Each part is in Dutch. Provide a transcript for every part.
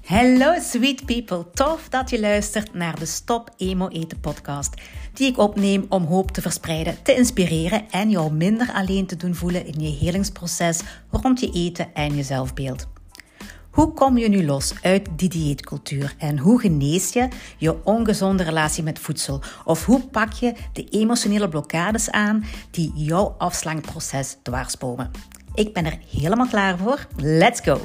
Hello sweet people, tof dat je luistert naar de Stop Emo Eten podcast, die ik opneem om hoop te verspreiden, te inspireren en jou minder alleen te doen voelen in je helingsproces rond je eten en je zelfbeeld. Hoe kom je nu los uit die dieetcultuur en hoe genees je je ongezonde relatie met voedsel? Of hoe pak je de emotionele blokkades aan die jouw afslankproces dwarsbomen? Ik ben er helemaal klaar voor. Let's go!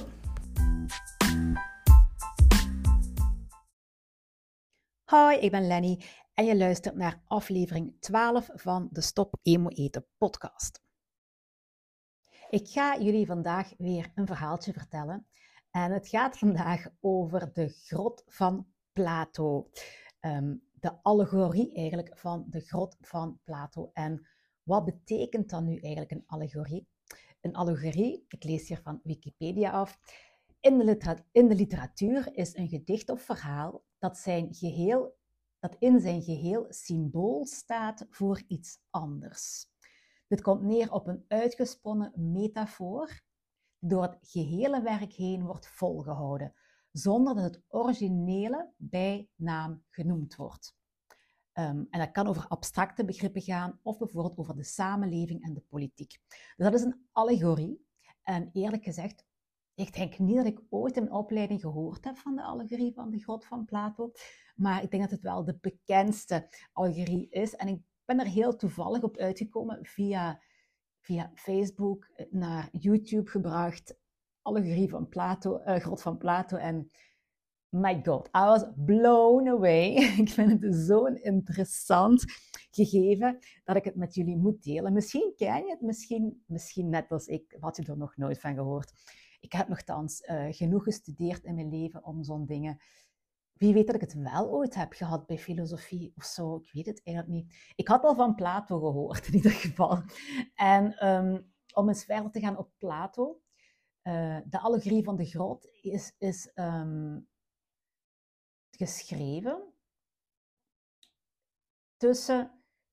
Hoi, ik ben Lenny en je luistert naar aflevering 12 van de Stop Emo Eten podcast. Ik ga jullie vandaag weer een verhaaltje vertellen. En het gaat vandaag over de grot van Plato. De allegorie eigenlijk van de grot van Plato. En wat betekent dan nu eigenlijk een allegorie? Een allegorie, ik lees hier van Wikipedia af. In de literatuur is een gedicht of verhaal dat in zijn geheel symbool staat voor iets anders. Dit komt neer op een uitgesponnen metafoor die door het gehele werk heen wordt volgehouden, zonder dat het originele bij naam genoemd wordt. En dat kan over abstracte begrippen gaan of bijvoorbeeld over de samenleving en de politiek. Dus dat is een allegorie. En eerlijk gezegd, ik denk niet dat ik ooit een opleiding gehoord heb van de allegorie van de grot van Plato, maar ik denk dat het wel de bekendste allegorie is. En ik ben er heel toevallig op uitgekomen via Facebook naar YouTube gebracht, allegorie van Plato, grot van Plato, en my god, I was blown away. Ik vind het zo'n interessant gegeven dat ik het met jullie moet delen. Misschien ken je het, misschien net als ik, had je er nog nooit van gehoord. Ik heb nogthans genoeg gestudeerd in mijn leven om zo'n dingen. Wie weet dat ik het wel ooit heb gehad bij filosofie of zo, ik weet het eigenlijk niet. Ik had al van Plato gehoord, in ieder geval. En om eens verder te gaan op Plato, de allegorie van de grot is geschreven tussen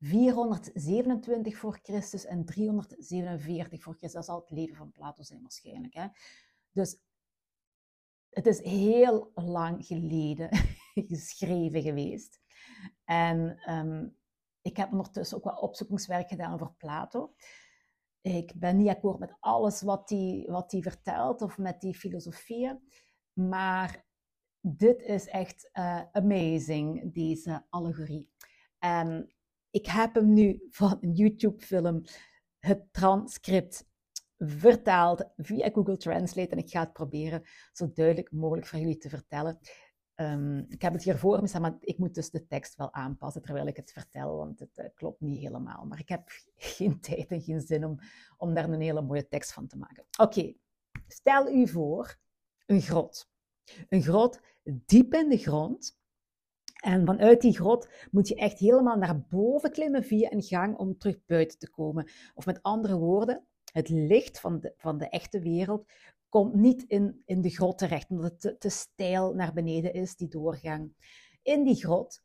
427 voor Christus en 347 voor Christus. Dat zal het leven van Plato zijn waarschijnlijk. Hè? Dus het is heel lang geleden geschreven geweest. En ik heb ondertussen ook wat opzoekingswerk gedaan over Plato. Ik ben niet akkoord met alles wat hij vertelt of met die filosofieën. Maar dit is echt amazing, deze allegorie. En ik heb hem nu van een YouTube-film, het transcript, vertaald via Google Translate. En ik ga het proberen zo duidelijk mogelijk voor jullie te vertellen. Ik heb het hier voor me staan, maar ik moet dus de tekst wel aanpassen terwijl ik het vertel, want het klopt niet helemaal. Maar ik heb geen tijd en geen zin om daar een hele mooie tekst van te maken. Oké, stel u voor een grot. Een grot diep in de grond. En vanuit die grot moet je echt helemaal naar boven klimmen via een gang om terug buiten te komen. Of met andere woorden, het licht van de echte wereld komt niet in de grot terecht, omdat het te steil naar beneden is, die doorgang. In die grot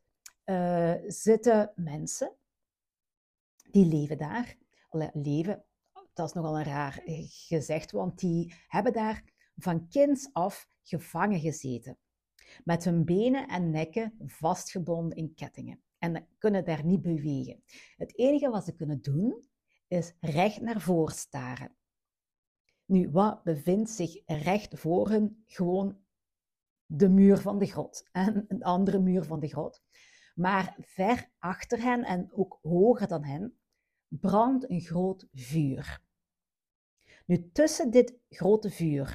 zitten mensen, die leven daar. Leven, dat is nogal een raar gezegd, want die hebben daar van kinds af gevangen gezeten. Met hun benen en nekken vastgebonden in kettingen. En kunnen daar niet bewegen. Het enige wat ze kunnen doen, is recht naar voren staren. Nu, wat bevindt zich recht voor hen? Gewoon de muur van de grot. En een andere muur van de grot. Maar ver achter hen en ook hoger dan hen, brandt een groot vuur. Nu, tussen dit grote vuur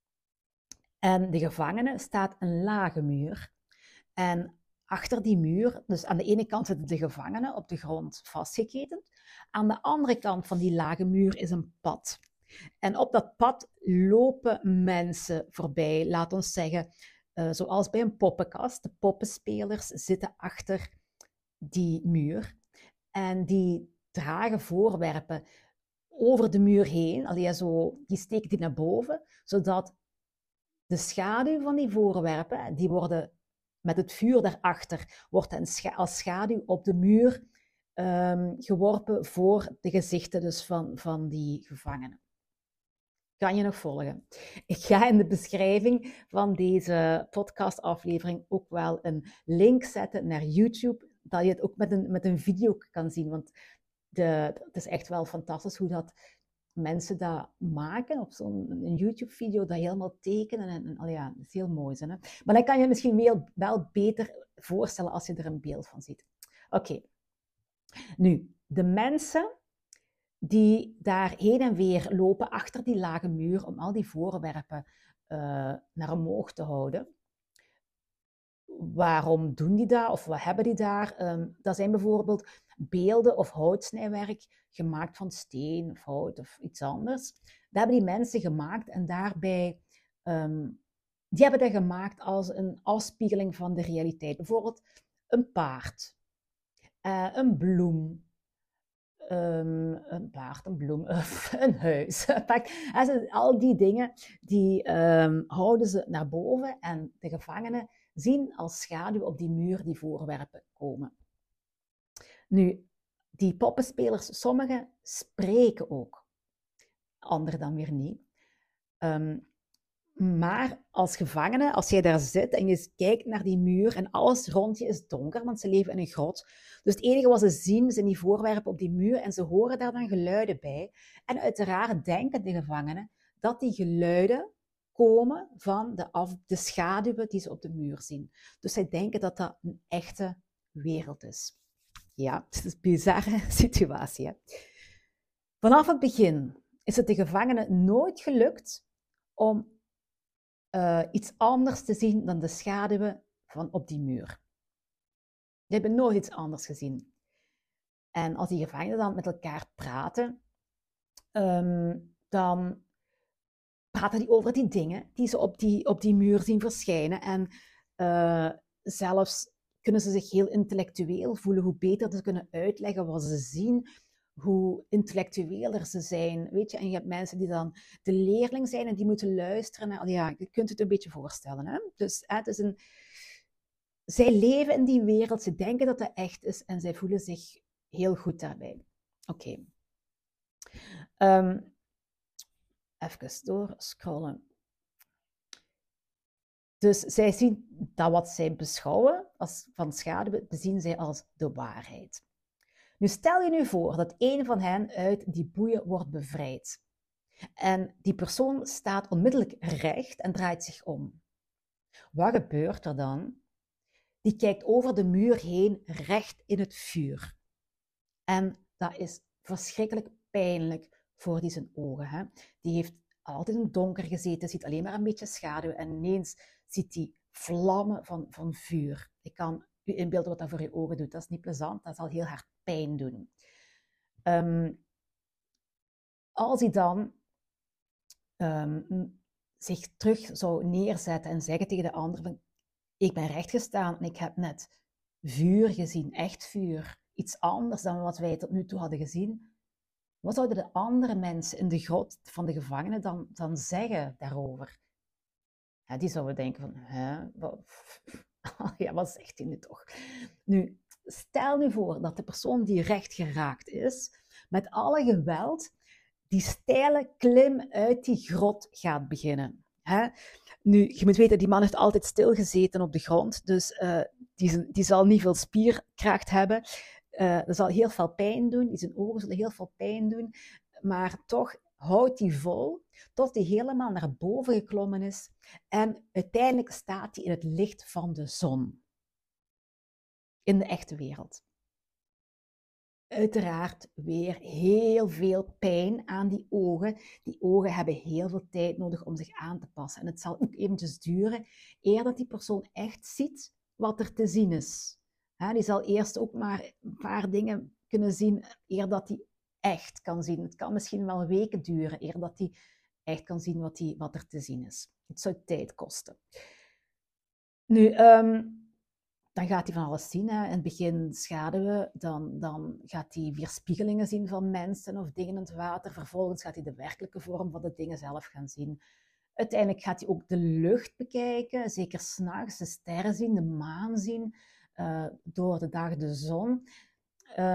en de gevangenen staat een lage muur. En achter die muur, dus aan de ene kant zitten de gevangenen op de grond vastgeketend. Aan de andere kant van die lage muur is een pad. En op dat pad lopen mensen voorbij. Laat ons zeggen, zoals bij een poppenkast. De poppenspelers zitten achter die muur. En die dragen voorwerpen over de muur heen. Die steken die naar boven, zodat de schaduw van die voorwerpen, die worden met het vuur daarachter, wordt als schaduw op de muur geworpen voor de gezichten dus van die gevangenen. Kan je nog volgen? Ik ga in de beschrijving van deze podcastaflevering ook wel een link zetten naar YouTube, dat je het ook met een video kan zien. Want het is echt wel fantastisch hoe dat mensen dat maken op zo'n YouTube-video, dat helemaal tekenen. En ja, dat is heel mooi. Hè? Maar dan kan je het misschien wel beter voorstellen als je er een beeld van ziet. Oké. Nu, de mensen die daar heen en weer lopen achter die lage muur om al die voorwerpen naar omhoog te houden. Waarom doen die dat of wat hebben die daar? Dat zijn bijvoorbeeld beelden of houtsnijwerk gemaakt van steen of hout of iets anders. Dat hebben die mensen gemaakt en daarbij, die hebben dat gemaakt als een afspiegeling van de realiteit. Bijvoorbeeld een paard, een bloem, een paard, een bloem, een huis. Al die dingen, die houden ze naar boven en de gevangenen zien als schaduw op die muur die voorwerpen komen. Nu, die poppenspelers, sommigen spreken ook, anderen dan weer niet. Maar als gevangene, als jij daar zit en je kijkt naar die muur en alles rond je is donker, want ze leven in een grot. Dus het enige wat ze zien zijn die voorwerpen op die muur en ze horen daar dan geluiden bij. En uiteraard denken de gevangenen dat die geluiden komen van de schaduwen die ze op de muur zien. Dus zij denken dat dat een echte wereld is. Ja, het is een bizarre situatie. Hè? Vanaf het begin is het de gevangenen nooit gelukt om iets anders te zien dan de schaduwen van op die muur. Die hebben nooit iets anders gezien. En als die gevangenen dan met elkaar praten, dan praten die over die dingen die ze op die muur zien verschijnen. En zelfs kunnen ze zich heel intellectueel voelen, hoe beter ze kunnen uitleggen wat ze zien, hoe intellectueler ze zijn, weet je. En je hebt mensen die dan de leerling zijn en die moeten luisteren. En, ja, je kunt het een beetje voorstellen. Hè? Dus het is zij leven in die wereld, ze denken dat dat echt is en zij voelen zich heel goed daarbij. Oké. Even doorscrollen. Dus zij zien dat wat zij beschouwen als van schaduw, bezien zij als de waarheid. Nu stel je nu voor dat een van hen uit die boeien wordt bevrijd. En die persoon staat onmiddellijk recht en draait zich om. Wat gebeurt er dan? Die kijkt over de muur heen recht in het vuur. En dat is verschrikkelijk pijnlijk voor die zijn ogen. Hè? Die heeft altijd in het donker gezeten, ziet alleen maar een beetje schaduw en ineens ziet hij vlammen van vuur. Ik kan u inbeelden wat dat voor je ogen doet. Dat is niet plezant, dat zal heel hard pijn doen. Als hij dan zich terug zou neerzetten en zeggen tegen de ander van, ik ben rechtgestaan en ik heb net vuur gezien, echt vuur, iets anders dan wat wij tot nu toe hadden gezien. Wat zouden de andere mensen in de grot van de gevangenen dan zeggen daarover? Ja, die zouden denken van, ja, wat zegt hij nu toch? Nu, stel nu voor dat de persoon die recht geraakt is, met alle geweld die steile klim uit die grot gaat beginnen. Hè? Nu, je moet weten, die man heeft altijd stilgezeten op de grond, dus die zal niet veel spierkracht hebben. Dat zal heel veel pijn doen, zijn ogen zullen heel veel pijn doen, maar toch houdt hij vol tot hij helemaal naar boven geklommen is en uiteindelijk staat hij in het licht van de zon. In de echte wereld. Uiteraard weer heel veel pijn aan die ogen. Die ogen hebben heel veel tijd nodig om zich aan te passen. En het zal ook eventjes duren eer dat die persoon echt ziet wat er te zien is. Die zal eerst ook maar een paar dingen kunnen zien eer dat hij echt kan zien. Het kan misschien wel weken duren eer dat hij echt kan zien wat er te zien is. Het zou tijd kosten. Nu, dan gaat hij van alles zien. Hè. In het begin schaduwen, dan gaat hij weerspiegelingen zien van mensen of dingen in het water. Vervolgens gaat hij de werkelijke vorm van de dingen zelf gaan zien. Uiteindelijk gaat hij ook de lucht bekijken, zeker 's nachts, de sterren zien, de maan zien, door de dag de zon.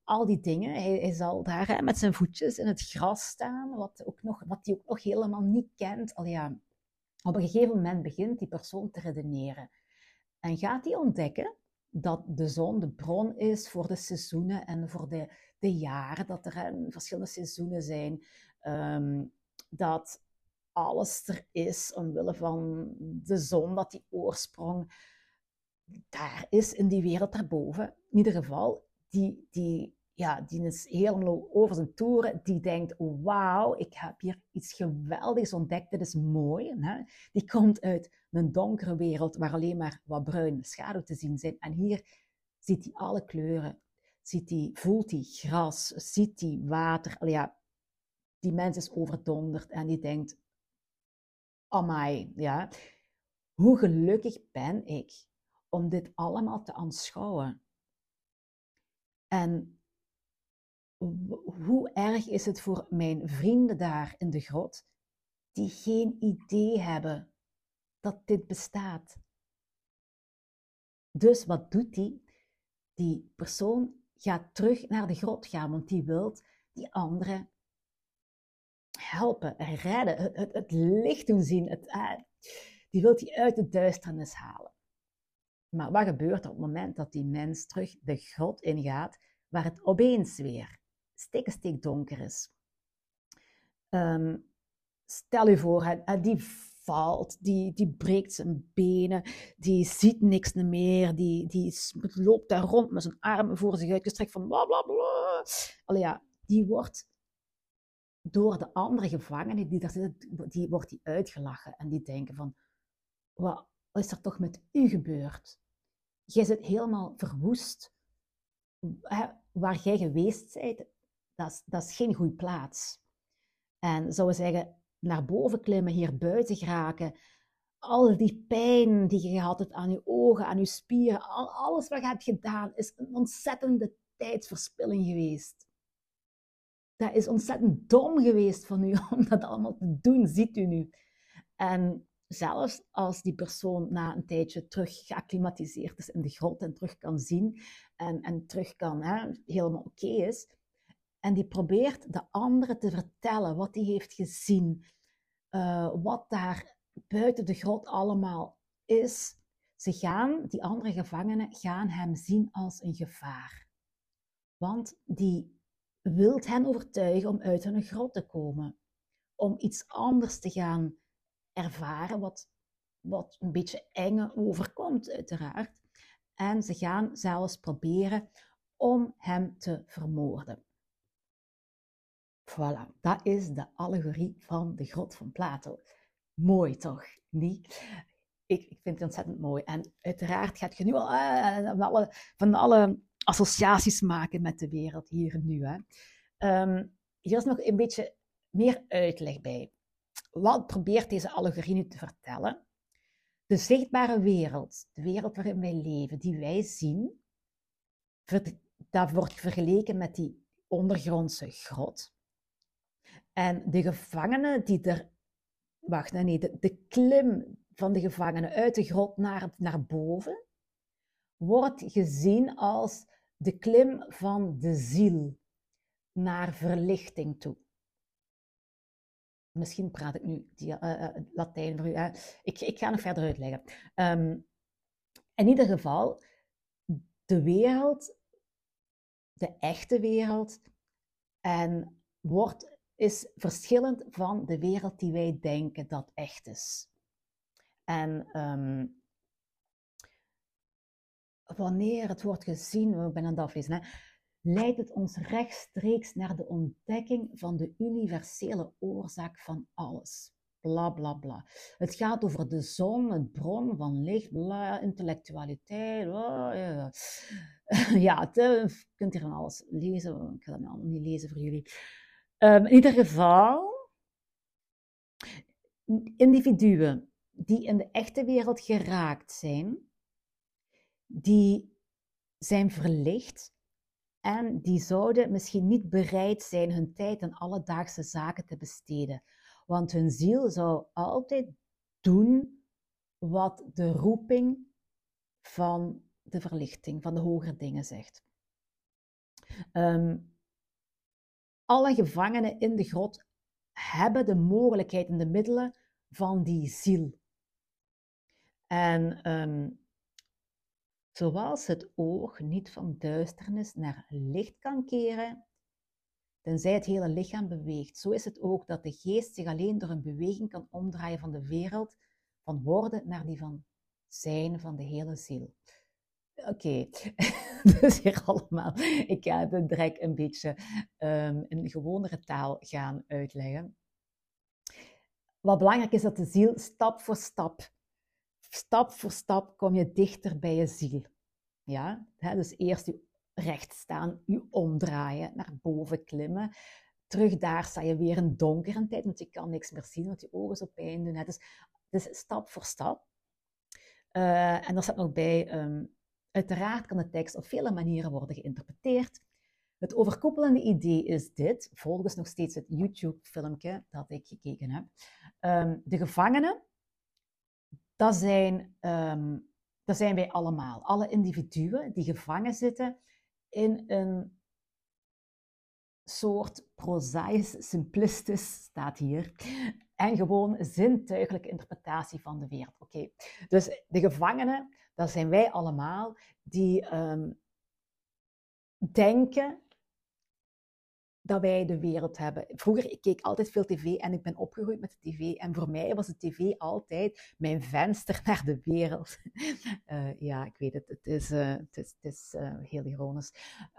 al die dingen. Hij zal daar hè, met zijn voetjes in het gras staan, wat hij ook nog helemaal niet kent. Al ja, op een gegeven moment begint die persoon te redeneren. En gaat hij ontdekken dat de zon de bron is voor de seizoenen en voor de jaren, dat er verschillende seizoenen zijn, dat alles er is omwille van de zon, dat die oorsprong daar is in die wereld daarboven. In ieder geval, die is helemaal over zijn toeren. Die denkt, oh, wauw, ik heb hier iets geweldigs ontdekt. Dit is mooi. Hè? Die komt uit een donkere wereld waar alleen maar wat bruine schaduw te zien zijn. En hier ziet hij alle kleuren. Voelt hij gras, ziet hij water. Ja, die mens is overdonderd en die denkt, amai, ja, hoe gelukkig ben ik om dit allemaal te aanschouwen. En hoe erg is het voor mijn vrienden daar in de grot, die geen idee hebben dat dit bestaat. Dus wat doet die? Die persoon gaat terug naar de grot gaan, want die wil die anderen helpen, redden, het licht doen zien. Die wil die uit de duisternis halen. Maar wat gebeurt er op het moment dat die mens terug de grot ingaat, waar het opeens weer stikdonker is? Stel je voor, die valt, die breekt zijn benen, die ziet niks meer, die loopt daar rond met zijn armen voor zich uitgestrekt van bla bla bla. Allee, ja, die wordt door de andere gevangenen die daar zitten, wordt die uitgelachen en die denken van, wat is er toch met u gebeurd? Jij zit helemaal verwoest. Waar jij geweest bent, dat is geen goede plaats. En zouden zeggen, naar boven klimmen, hier buiten geraken, al die pijn die je gehad hebt aan je ogen, aan je spieren, alles wat je hebt gedaan, is een ontzettende tijdsverspilling geweest. Dat is ontzettend dom geweest van u om dat allemaal te doen, ziet u nu. En zelfs als die persoon na een tijdje terug geacclimatiseerd is in de grot en terug kan zien en terug kan, helemaal oké is, en die probeert de anderen te vertellen wat hij heeft gezien, wat daar buiten de grot allemaal is. Die andere gevangenen gaan hem zien als een gevaar. Want die wil hen overtuigen om uit hun grot te komen. Om iets anders te gaan ervaren, wat een beetje eng overkomt uiteraard. En ze gaan zelfs proberen om hem te vermoorden. Voilà, dat is de allegorie van de grot van Plato. Mooi toch, niet? Ik vind het ontzettend mooi. En uiteraard gaat je nu al van alle associaties maken met de wereld hier en nu. Hè. Hier is nog een beetje meer uitleg bij. Wat probeert deze allegorie nu te vertellen? De zichtbare wereld, de wereld waarin wij leven, die wij zien, dat wordt vergeleken met die ondergrondse grot. En de gevangenen die er... de klim van de gevangenen uit de grot naar boven wordt gezien als de klim van de ziel naar verlichting toe. Misschien praat ik nu Latijn voor u. Ik ga nog verder uitleggen. In ieder geval, de wereld, de echte wereld, is verschillend van de wereld die wij denken dat echt is. En wanneer het wordt gezien, ik ben aan het aflezen, leidt het ons rechtstreeks naar de ontdekking van de universele oorzaak van alles. Bla bla bla. Het gaat over de zon, het bron van licht, bla, intellectualiteit. Bla, ja, ja je kunt hier van alles lezen. Ik ga dat allemaal niet lezen voor jullie. In ieder geval, individuen die in de echte wereld geraakt zijn, die zijn verlicht en die zouden misschien niet bereid zijn hun tijd aan alledaagse zaken te besteden. Want hun ziel zou altijd doen wat de roeping van de verlichting, van de hogere dingen zegt. Alle gevangenen in de grot hebben de mogelijkheid en de middelen van die ziel. En zoals het oog niet van duisternis naar licht kan keren, tenzij het hele lichaam beweegt, zo is het ook dat de geest zich alleen door een beweging kan omdraaien van de wereld, van worden naar die van zijn van de hele ziel. Oké, dus hier allemaal. Ik ga het direct een beetje in gewonere taal gaan uitleggen. Wat belangrijk is dat de ziel stap voor stap kom je dichter bij je ziel. Ja? Dus eerst je recht staan, je omdraaien, naar boven klimmen. Terug daar sta je weer in donkere tijd, want je kan niks meer zien, want je ogen zo pijn doen. Dus stap voor stap. En er staat nog bij, uiteraard kan de tekst op vele manieren worden geïnterpreteerd. Het overkoepelende idee is dit, volgens nog steeds het YouTube-filmpje dat ik gekeken heb. De gevangenen, dat zijn wij allemaal. Alle individuen die gevangen zitten in een soort prozaïs, simplistisch, staat hier, en gewoon zintuigelijke interpretatie van de wereld. Oké. Dus de gevangenen, dat zijn wij allemaal, die denken dat wij de wereld hebben. Vroeger, ik keek altijd veel tv en ik ben opgegroeid met de tv. En voor mij was de tv altijd mijn venster naar de wereld. Ja, ik weet het. Het is heel ironisch.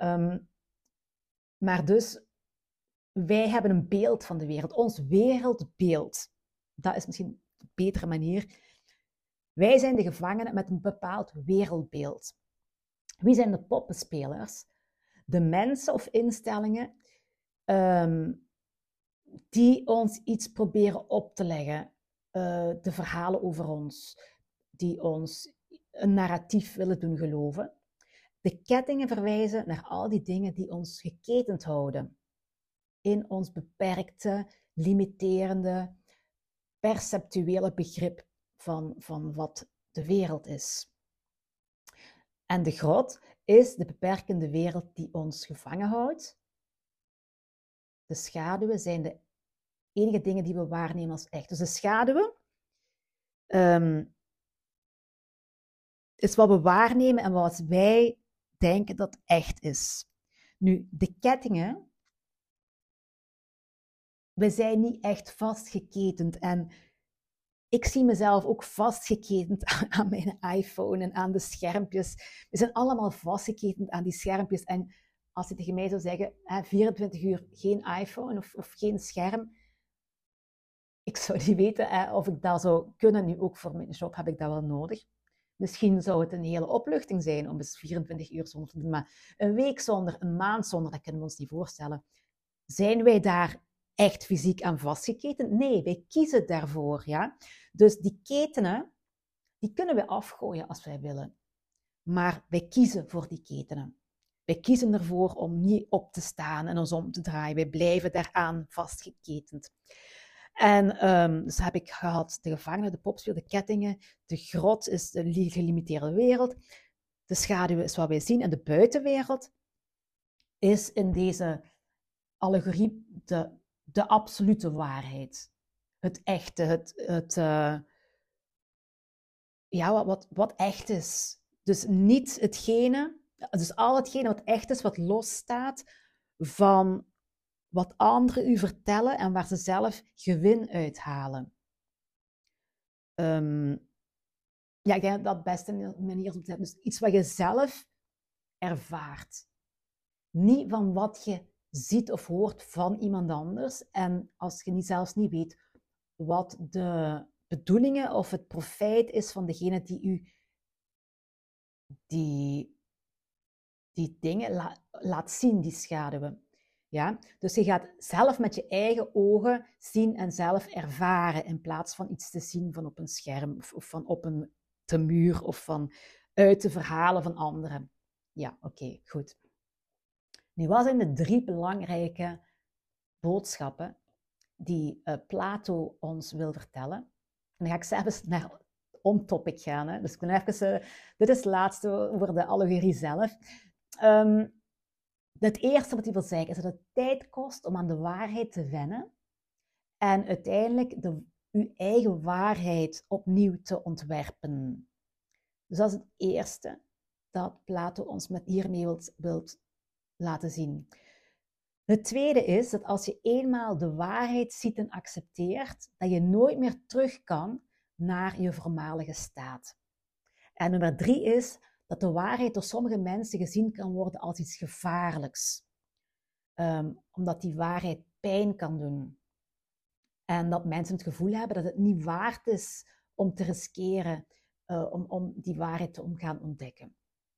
Maar dus, wij hebben een beeld van de wereld. Ons wereldbeeld. Dat is misschien een betere manier. Wij zijn de gevangenen met een bepaald wereldbeeld. Wie zijn de poppenspelers? De mensen of instellingen die ons iets proberen op te leggen. De verhalen over ons, die ons een narratief willen doen geloven. De kettingen verwijzen naar al die dingen die ons geketend houden. In ons beperkte, limiterende, perceptuele begrip van wat de wereld is. En de grot is de beperkende wereld die ons gevangen houdt. De schaduwen zijn de enige dingen die we waarnemen als echt. Dus de schaduwen is wat we waarnemen en wat wij denken dat echt is. Nu, de kettingen, we zijn niet echt vastgeketend. En ik zie mezelf ook vastgeketend aan mijn iPhone en aan de schermpjes. We zijn allemaal vastgeketend aan die schermpjes. En als je tegen mij zou zeggen, 24 uur geen iPhone of geen scherm, ik zou niet weten of ik dat zou kunnen. Nu ook voor mijn job heb ik dat wel nodig. Misschien zou het een hele opluchting zijn om eens 24 uur zonder te doen, maar een week zonder, een maand zonder, dat kunnen we ons niet voorstellen. Zijn wij daar echt fysiek aan vastgeketend? Nee, wij kiezen daarvoor. Ja? Dus die ketenen, die kunnen we afgooien als wij willen. Maar wij kiezen voor die ketenen. Wij kiezen ervoor om niet op te staan en ons om te draaien. Wij blijven daaraan vastgeketend. En dus heb ik gehad de gevangenen, de popspeel, de kettingen. De grot is de gelimiteerde wereld. De schaduw is wat wij zien. En de buitenwereld is in deze allegorie de absolute waarheid. Het echte, wat echt is. Dus niet hetgene, dus al hetgene wat echt is, wat losstaat van wat anderen u vertellen en waar ze zelf gewin uithalen. Ja, ik denk dat dat best een manier is om te zeggen. Dus iets wat je zelf ervaart. Niet van wat je ziet of hoort van iemand anders. En als je zelfs niet weet wat de bedoelingen of het profijt is van degene die u die dingen laat zien, die schaduwen. Ja? Dus je gaat zelf met je eigen ogen zien en zelf ervaren, in plaats van iets te zien van op een scherm of van op een muur of van uit de verhalen van anderen. Ja, oké, goed. Nu, wat zijn de 3 belangrijke boodschappen die Plato ons wil vertellen? En dan ga ik zelfs naar on-topic gaan. Hè? Dus ik ben even, dit is het laatste over de allegorie zelf. het eerste wat hij wil zeggen is dat het tijd kost om aan de waarheid te wennen en uiteindelijk uw eigen waarheid opnieuw te ontwerpen. Dus dat is het eerste dat Plato ons hiermee wilt laten zien. Het tweede is dat als je eenmaal de waarheid ziet en accepteert, dat je nooit meer terug kan naar je voormalige staat. En nummer 3 is dat de waarheid door sommige mensen gezien kan worden als iets gevaarlijks. Omdat die waarheid pijn kan doen. En dat mensen het gevoel hebben dat het niet waard is om te riskeren om die waarheid te gaan ontdekken.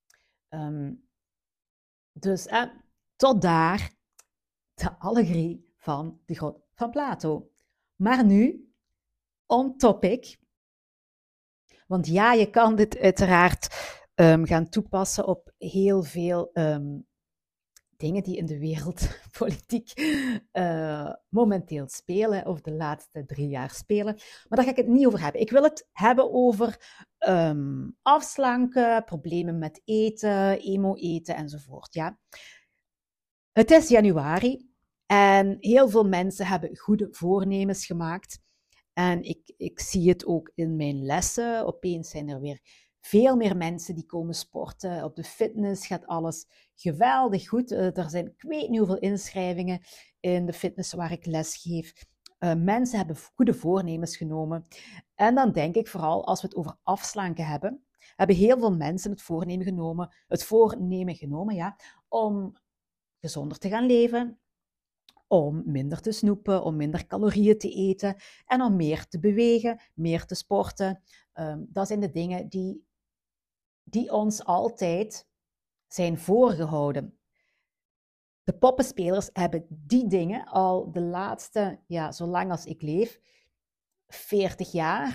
Dus tot daar de allegorie van de god van Plato. Maar nu, on topic. Want ja, je kan dit uiteraard gaan toepassen op heel veel dingen die in de wereldpolitiek momenteel spelen, of de laatste 3 jaar spelen. Maar daar ga ik het niet over hebben. Ik wil het hebben over afslanken, problemen met eten, emo-eten enzovoort. Ja. Het is januari en heel veel mensen hebben goede voornemens gemaakt. En ik zie het ook in mijn lessen. Opeens zijn er weer veel meer mensen die komen sporten. Op de fitness gaat alles geweldig goed. Er zijn ik weet niet hoeveel inschrijvingen in de fitness waar ik les geef. Mensen hebben goede voornemens genomen. En dan denk ik vooral als we het over afslanken hebben heel veel mensen het voornemen genomen ja, om gezonder te gaan leven, om minder te snoepen, om minder calorieën te eten en om meer te bewegen, meer te sporten. Dat zijn de dingen die ons altijd zijn voorgehouden. De poppenspelers hebben die dingen al de laatste, zolang als ik leef, 40 jaar.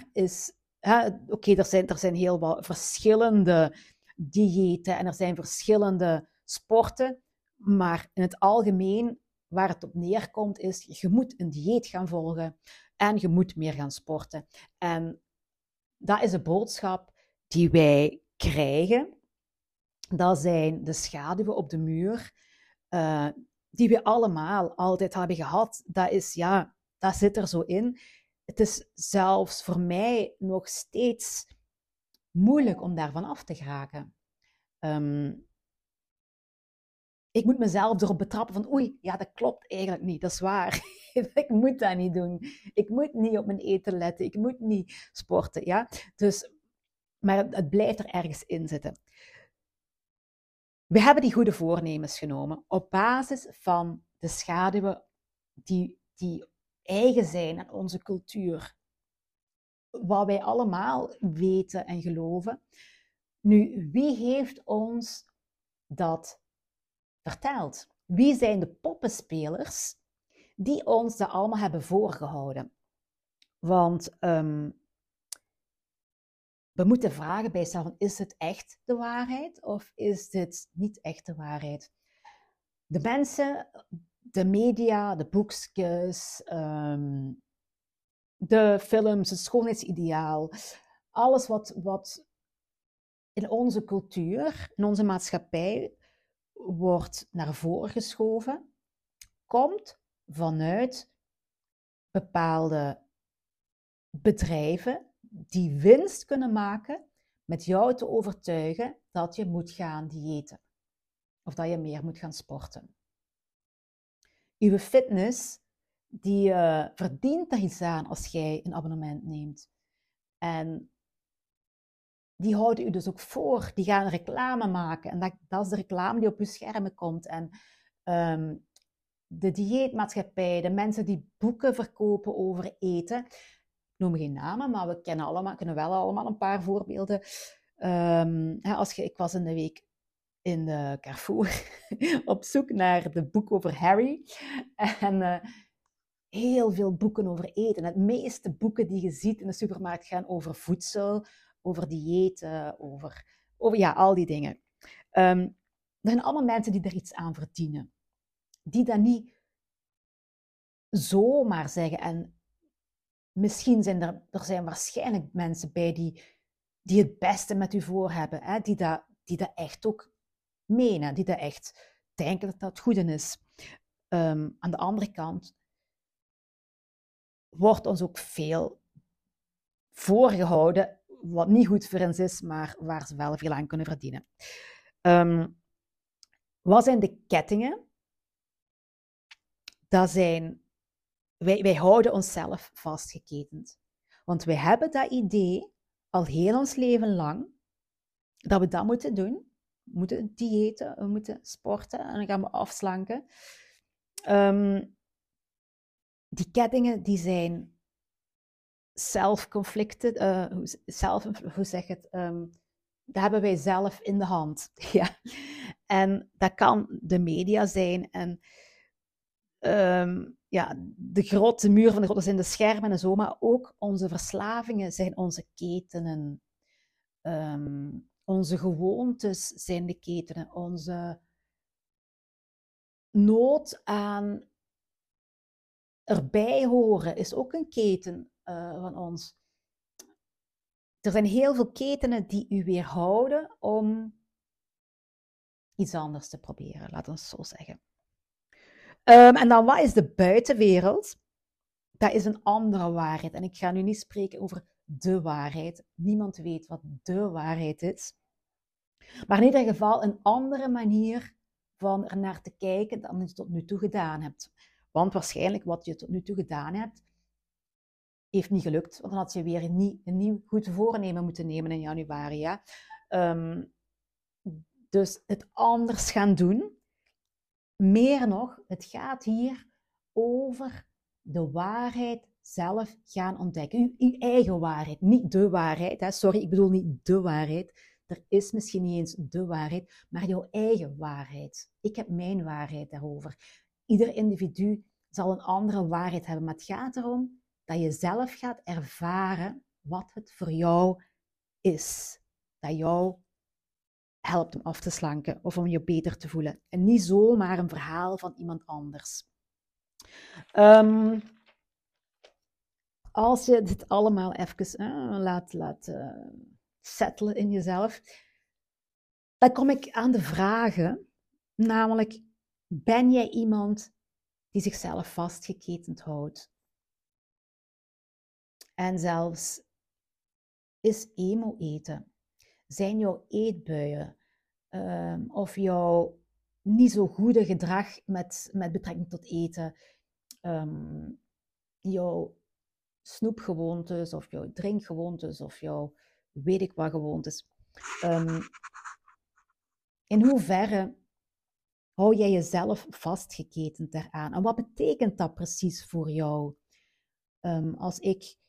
Er zijn heel wat verschillende diëten en er zijn verschillende sporten, maar in het algemeen waar het op neerkomt is, je moet een dieet gaan volgen en je moet meer gaan sporten. En dat is de boodschap die wij krijgen. Dat zijn de schaduwen op de muur, die we allemaal altijd hebben gehad. Dat zit er zo in. Het is zelfs voor mij nog steeds moeilijk om daarvan af te geraken. Ik moet mezelf erop betrappen van oei, ja, dat klopt eigenlijk niet, dat is waar. Ik moet dat niet doen. Ik moet niet op mijn eten letten, ik moet niet sporten, ja. Dus, maar het blijft er ergens in zitten. We hebben die goede voornemens genomen op basis van de schaduwen die eigen zijn aan onze cultuur. Wat wij allemaal weten en geloven. Nu, wie heeft ons dat verteld? Wie zijn de poppenspelers die ons dat allemaal hebben voorgehouden? Want we moeten vragen bij onszelf, is het echt de waarheid of is dit niet echt de waarheid? De mensen, de media, de boekjes, de films, het schoonheidsideaal, alles wat in onze cultuur, in onze maatschappij wordt naar voren geschoven, komt vanuit bepaalde bedrijven die winst kunnen maken met jou te overtuigen dat je moet gaan diëten of dat je meer moet gaan sporten. Uw fitness die verdient er iets aan als jij een abonnement neemt. En die houden u dus ook voor. Die gaan reclame maken. En dat is de reclame die op uw schermen komt. En de dieetmaatschappij, de mensen die boeken verkopen over eten. Ik noem geen namen, maar we kunnen wel allemaal een paar voorbeelden. Ik was in de week in de Carrefour op zoek naar de boek over Harry. En heel veel boeken over eten. Het meeste boeken die je ziet in de supermarkt gaan over voedsel, over diëten, over al die dingen. Er zijn allemaal mensen die er iets aan verdienen. Die dat niet zomaar zeggen. En misschien zijn er zijn waarschijnlijk mensen bij die het beste met u voor hebben. Hè? Die dat echt ook menen. Die dat echt denken dat dat het goede is. Aan de andere kant wordt ons ook veel voorgehouden wat niet goed voor ons is, maar waar ze wel veel aan kunnen verdienen. Wat zijn de kettingen? Dat zijn, wij houden onszelf vastgeketend. Want wij hebben dat idee al heel ons leven lang, dat we dat moeten doen. We moeten diëten, we moeten sporten en dan gaan we afslanken. Die kettingen die zijn self-conflicted, hoe zeg je het? Dat hebben wij zelf in de hand. Ja. En dat kan de media zijn en de muur van de grote zijn de schermen en zo, maar ook onze verslavingen zijn onze ketenen. Onze gewoontes zijn de ketenen. Onze nood aan erbij horen is ook een keten van ons. Er zijn heel veel ketenen die u weerhouden om iets anders te proberen, laten we het zo zeggen. En dan, wat is de buitenwereld? Dat is een andere waarheid. En ik ga nu niet spreken over de waarheid. Niemand weet wat de waarheid is. Maar in ieder geval een andere manier van er naar te kijken dan je tot nu toe gedaan hebt. Want waarschijnlijk wat je tot nu toe gedaan hebt, heeft niet gelukt. Want dan had je weer een nieuw goed voornemen moeten nemen in januari. Ja? Dus het anders gaan doen. Meer nog, het gaat hier over de waarheid zelf gaan ontdekken. Uw eigen waarheid, niet de waarheid. Hè? Sorry, ik bedoel niet de waarheid. Er is misschien niet eens de waarheid, maar jouw eigen waarheid. Ik heb mijn waarheid daarover. Ieder individu zal een andere waarheid hebben, maar het gaat erom dat je zelf gaat ervaren wat het voor jou is. Dat jou helpt om af te slanken of om je beter te voelen. En niet zomaar een verhaal van iemand anders. Als je dit allemaal even laat settelen in jezelf, dan kom ik aan de vragen, namelijk, ben jij iemand die zichzelf vastgeketend houdt? En zelfs, is emo eten? Zijn jouw eetbuien of jouw niet zo goede gedrag met betrekking tot eten, jouw snoepgewoontes of jouw drinkgewoontes of jouw weet ik wat gewoontes. In hoeverre hou jij jezelf vastgeketend daaraan? En wat betekent dat precies voor jou? Als ik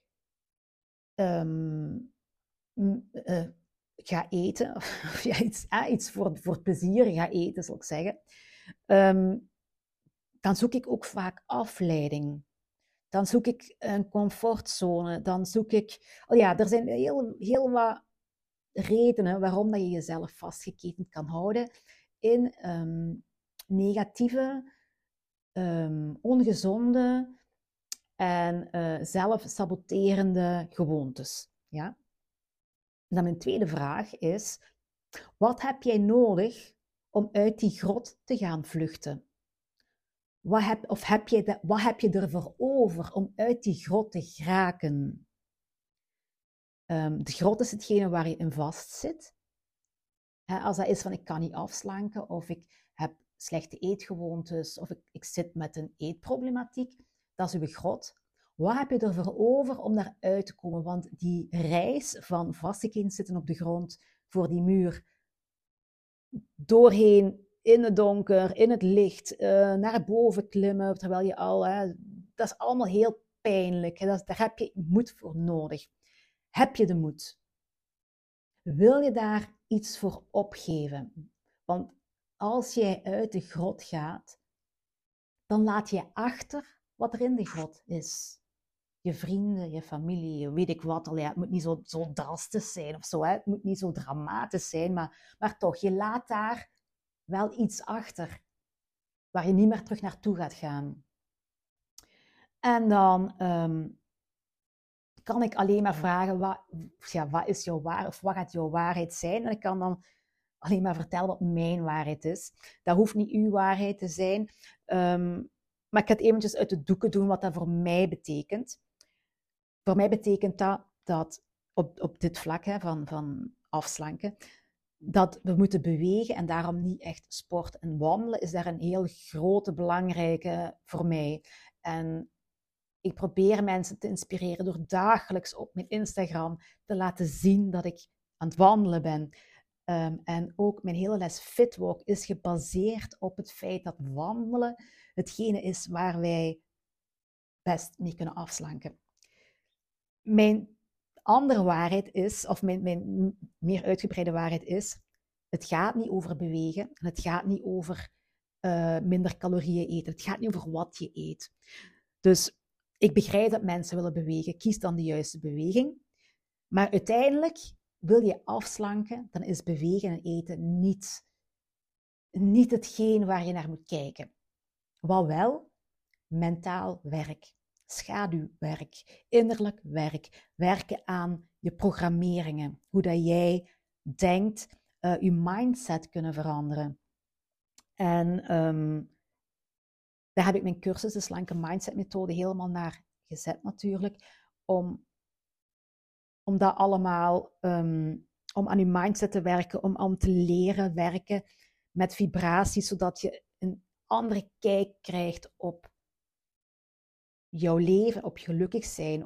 ga eten, of iets voor plezier ga eten, zal ik zeggen, dan zoek ik ook vaak afleiding. Dan zoek ik een comfortzone. Dan zoek ik... er zijn heel wat redenen waarom dat je jezelf vastgeketend kan houden in negatieve, ongezonde en zelfsaboterende gewoontes. Ja? Dan mijn tweede vraag is, wat heb jij nodig om uit die grot te gaan vluchten? Wat heb je ervoor over om uit die grot te geraken? De grot is hetgene waar je in vast zit. Als dat is van ik kan niet afslanken, of ik heb slechte eetgewoontes, of ik zit met een eetproblematiek, dat is uw grot. Wat heb je ervoor over om daaruit te komen? Want die reis van vastgeketend zitten op de grond, voor die muur, doorheen, in het donker, in het licht, naar boven klimmen, terwijl je dat is allemaal heel pijnlijk. Daar heb je moed voor nodig. Heb je de moed? Wil je daar iets voor opgeven? Want als jij uit de grot gaat, dan laat je achter wat er in de grot is. Je vrienden, je familie, weet ik wat. Het moet niet zo drastisch zijn of zo. Het moet niet zo dramatisch zijn, maar toch, je laat daar wel iets achter waar je niet meer terug naartoe gaat gaan. En dan kan ik alleen maar vragen, wat is jouw waarheid, of wat gaat jouw waarheid zijn? En ik kan dan alleen maar vertel wat mijn waarheid is. Dat hoeft niet uw waarheid te zijn. Maar ik ga het eventjes uit de doeken doen wat dat voor mij betekent. Voor mij betekent dat op dit vlak van afslanken, dat we moeten bewegen en daarom niet echt sport. En wandelen is daar een heel grote, belangrijke voor mij. En ik probeer mensen te inspireren door dagelijks op mijn Instagram te laten zien dat ik aan het wandelen ben. En ook mijn hele les Fitwalk is gebaseerd op het feit dat wandelen hetgene is waar wij best mee kunnen afslanken. Mijn andere waarheid is, of mijn meer uitgebreide waarheid is, het gaat niet over bewegen en het gaat niet over minder calorieën eten. Het gaat niet over wat je eet. Dus ik begrijp dat mensen willen bewegen. Kies dan de juiste beweging. Maar uiteindelijk wil je afslanken, dan is bewegen en eten niet hetgeen waar je naar moet kijken. Wat wel? Mentaal werk, schaduwwerk, innerlijk werk, werken aan je programmeringen, hoe dat jij denkt, je mindset kunnen veranderen. En daar heb ik mijn cursus, de slanke mindset methode, helemaal naar gezet natuurlijk, om dat allemaal, om aan je mindset te werken, om te leren werken met vibraties, zodat je een andere kijk krijgt op jouw leven, op gelukkig zijn,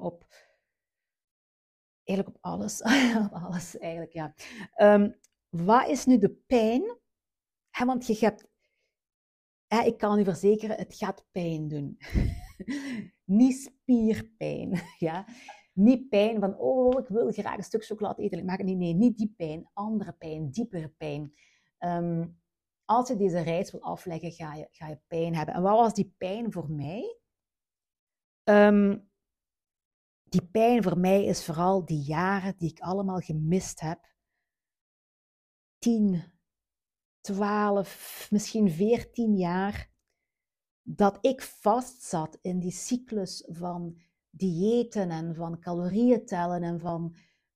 eigenlijk op alles. Op alles eigenlijk, ja. Wat is nu de pijn? Want je hebt, ik kan u verzekeren, het gaat pijn doen. Niet spierpijn, ja. Niet pijn van, oh, ik wil graag een stuk chocolade eten. Ik maak het niet. Nee, niet die pijn. Andere pijn, diepere pijn. Als je deze reis wil afleggen, ga je pijn hebben. En wat was die pijn voor mij? Die pijn voor mij is vooral die jaren die ik allemaal gemist heb. 10, 12, misschien 14 jaar. Dat ik vastzat in die cyclus van diëten en van calorieën tellen en van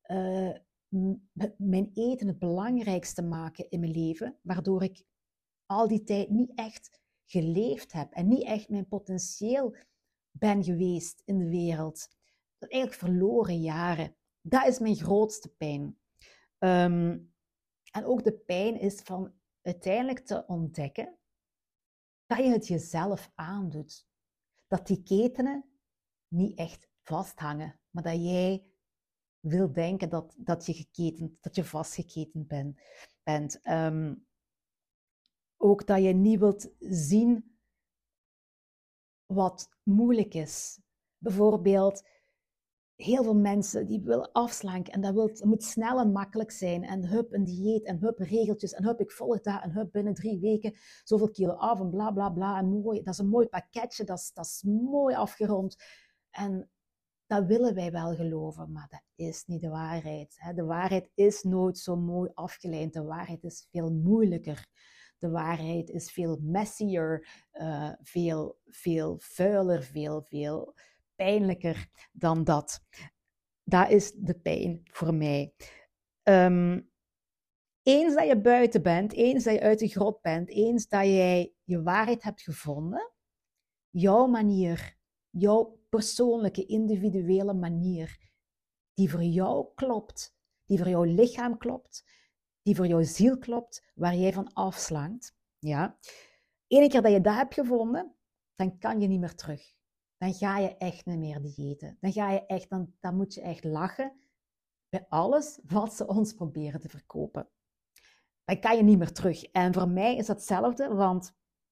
mijn eten het belangrijkste maken in mijn leven. Waardoor ik al die tijd niet echt geleefd heb en niet echt mijn potentieel ben geweest in de wereld. Dat eigenlijk verloren jaren. Dat is mijn grootste pijn. En ook de pijn is van uiteindelijk te ontdekken dat je het jezelf aandoet. Dat die ketenen niet echt vasthangen, maar dat jij wil denken dat je vastgeketend bent. Ook dat je niet wilt zien wat moeilijk is. Bijvoorbeeld, heel veel mensen die willen afslanken en dat moet snel en makkelijk zijn. En hup, een dieet en hup, regeltjes en hup, ik volg dat en hup, binnen 3 weken zoveel kilo af en bla bla bla. En mooi, dat is een mooi pakketje, dat is mooi afgerond. En dat willen wij wel geloven, maar dat is niet de waarheid. De waarheid is nooit zo mooi afgeleid. De waarheid is veel moeilijker. De waarheid is veel messier, veel vuiler, veel pijnlijker dan dat. Dat is de pijn voor mij. Eens dat je buiten bent, eens dat je uit de grot bent, eens dat jij je waarheid hebt gevonden, jouw manier, jouw persoonlijke, individuele manier, die voor jou klopt, die voor jouw lichaam klopt, die voor jouw ziel klopt, waar jij van afslankt. Ja. Eén keer dat je dat hebt gevonden, dan kan je niet meer terug. Dan ga je echt niet meer diëten. Dan moet je echt lachen bij alles wat ze ons proberen te verkopen. Dan kan je niet meer terug. En voor mij is dat hetzelfde, want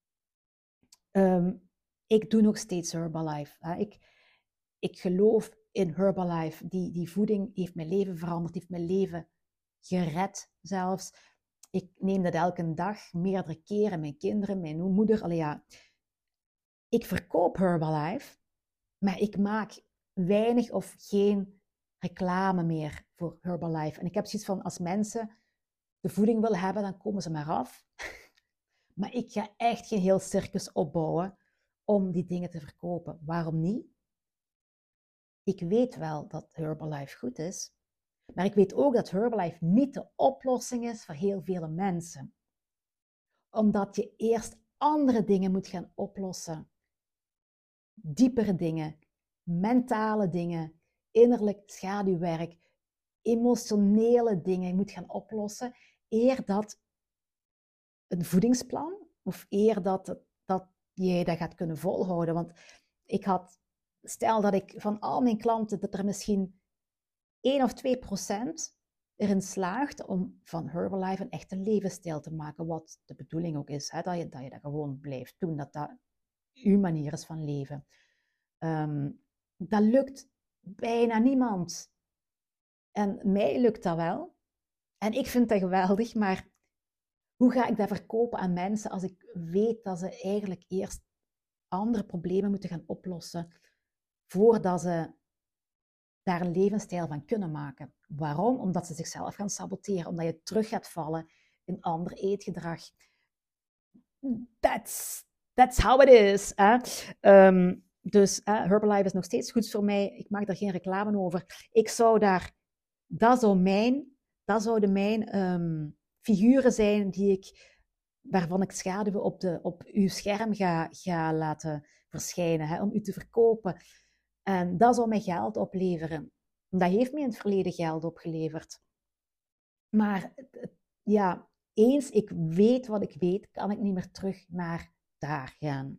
ik doe nog steeds Herbalife. Ik geloof in Herbalife. Die voeding heeft mijn leven veranderd, heeft mijn leven gered zelfs. Ik neem dat elke dag, meerdere keren. Mijn kinderen, mijn moeder. Ik verkoop Herbalife, maar ik maak weinig of geen reclame meer voor Herbalife. En ik heb zoiets van, als mensen de voeding willen hebben, dan komen ze maar af. Maar ik ga echt geen heel circus opbouwen om die dingen te verkopen. Waarom niet? Ik weet wel dat Herbalife goed is. Maar ik weet ook dat Herbalife niet de oplossing is voor heel veel mensen. Omdat je eerst andere dingen moet gaan oplossen. Diepere dingen, mentale dingen, innerlijk schaduwwerk, emotionele dingen je moet gaan oplossen, eer dat een voedingsplan, of eer dat jij dat gaat kunnen volhouden. Want stel dat ik van al mijn klanten, dat er misschien 1 of 2% erin slaagt om van Herbalife een echte levensstijl te maken, wat de bedoeling ook is, hè, dat je dat gewoon blijft doen, dat uw manier is van leven. Dat lukt bijna niemand. En mij lukt dat wel. En ik vind dat geweldig, maar hoe ga ik dat verkopen aan mensen als ik weet dat ze eigenlijk eerst andere problemen moeten gaan oplossen voordat ze daar een levensstijl van kunnen maken? Waarom? Omdat ze zichzelf gaan saboteren, omdat je terug gaat vallen in ander eetgedrag. That's how it is. Dus Herbalife is nog steeds goed voor mij. Ik maak daar geen reclame over. Dat zouden mijn figuren zijn waarvan ik schaduwen op uw scherm ga laten verschijnen, om u te verkopen. En dat zou mij geld opleveren. Dat heeft mij in het verleden geld opgeleverd. Maar ja, eens ik weet wat ik weet, kan ik niet meer terug naar daar gaan.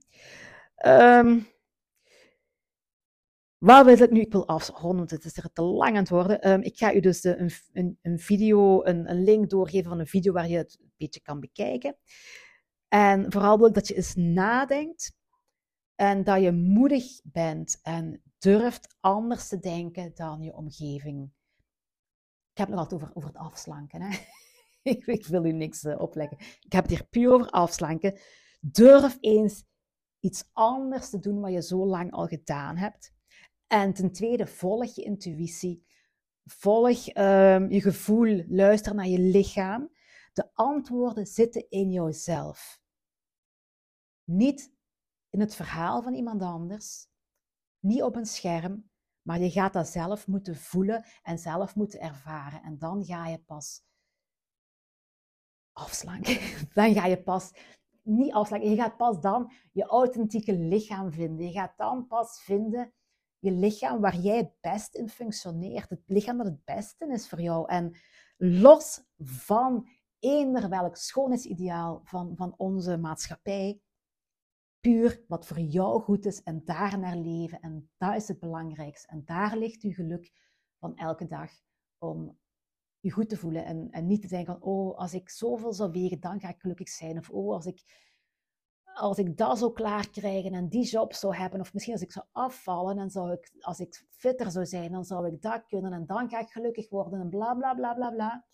Wat wil ik nu? Ik wil afronden, het is er te lang aan het worden. Ik ga u dus een video, een link doorgeven van een video waar je het een beetje kan bekijken. En vooral wil ik dat je eens nadenkt en dat je moedig bent en durft anders te denken dan je omgeving. Ik heb het nog altijd over het afslanken. Hè? Ik wil u niks opleggen. Ik heb het hier puur over afslanken. Durf eens iets anders te doen wat je zo lang al gedaan hebt. En ten tweede, volg je intuïtie. Volg je gevoel. Luister naar je lichaam. De antwoorden zitten in jouzelf. Niet in het verhaal van iemand anders. Niet op een scherm. Maar je gaat dat zelf moeten voelen en zelf moeten ervaren. En dan ga je pas afslanken. Dan ga je pas niet afslanken. Je gaat pas dan je authentieke lichaam vinden. Je gaat dan pas vinden je lichaam waar jij het best in functioneert. Het lichaam dat het beste is voor jou. En los van eender welk schoonheidsideaal van onze maatschappij. Puur wat voor jou goed is en daarnaar leven. En dat is het belangrijkste. En daar ligt uw geluk van elke dag om je goed te voelen. En niet te denken van, oh, als ik zoveel zou wegen, dan ga ik gelukkig zijn. Of oh, als ik dat zou klaarkrijgen en die job zou hebben. Of misschien als ik zou afvallen en als ik fitter zou zijn, dan zou ik dat kunnen. En dan ga ik gelukkig worden en bla bla bla bla bla.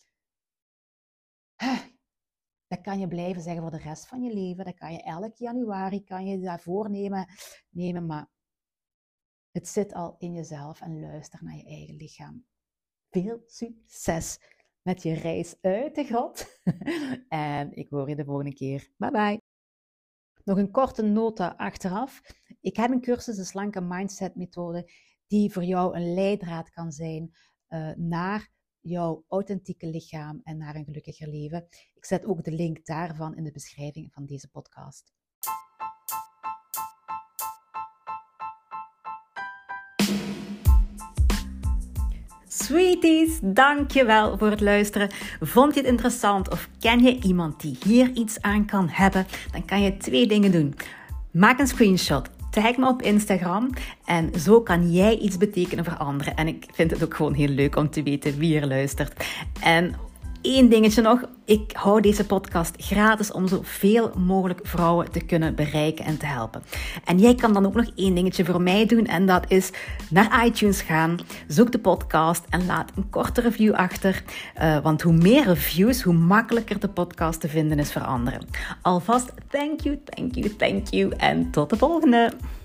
Dat kan je blijven zeggen voor de rest van je leven. Dat kan je elk januari daarvoor nemen. Maar het zit al in jezelf en luister naar je eigen lichaam. Veel succes met je reis uit de grot. En ik hoor je de volgende keer. Bye bye. Nog een korte nota achteraf. Ik heb een cursus, de slanke mindset methode, die voor jou een leidraad kan zijn naar jouw authentieke lichaam en naar een gelukkiger leven. Ik zet ook de link daarvan in de beschrijving van deze podcast. Sweeties, dankjewel voor het luisteren. Vond je het interessant of ken je iemand die hier iets aan kan hebben? Dan kan je 2 dingen doen. Maak een screenshot. Tag me op Instagram en zo kan jij iets betekenen voor anderen. En ik vind het ook gewoon heel leuk om te weten wie er luistert. En 1 dingetje nog. Ik hou deze podcast gratis om zoveel mogelijk vrouwen te kunnen bereiken en te helpen. En jij kan dan ook nog 1 dingetje voor mij doen en dat is naar iTunes gaan, zoek de podcast en laat een korte review achter. Want hoe meer reviews, hoe makkelijker de podcast te vinden is voor anderen. Alvast thank you en tot de volgende!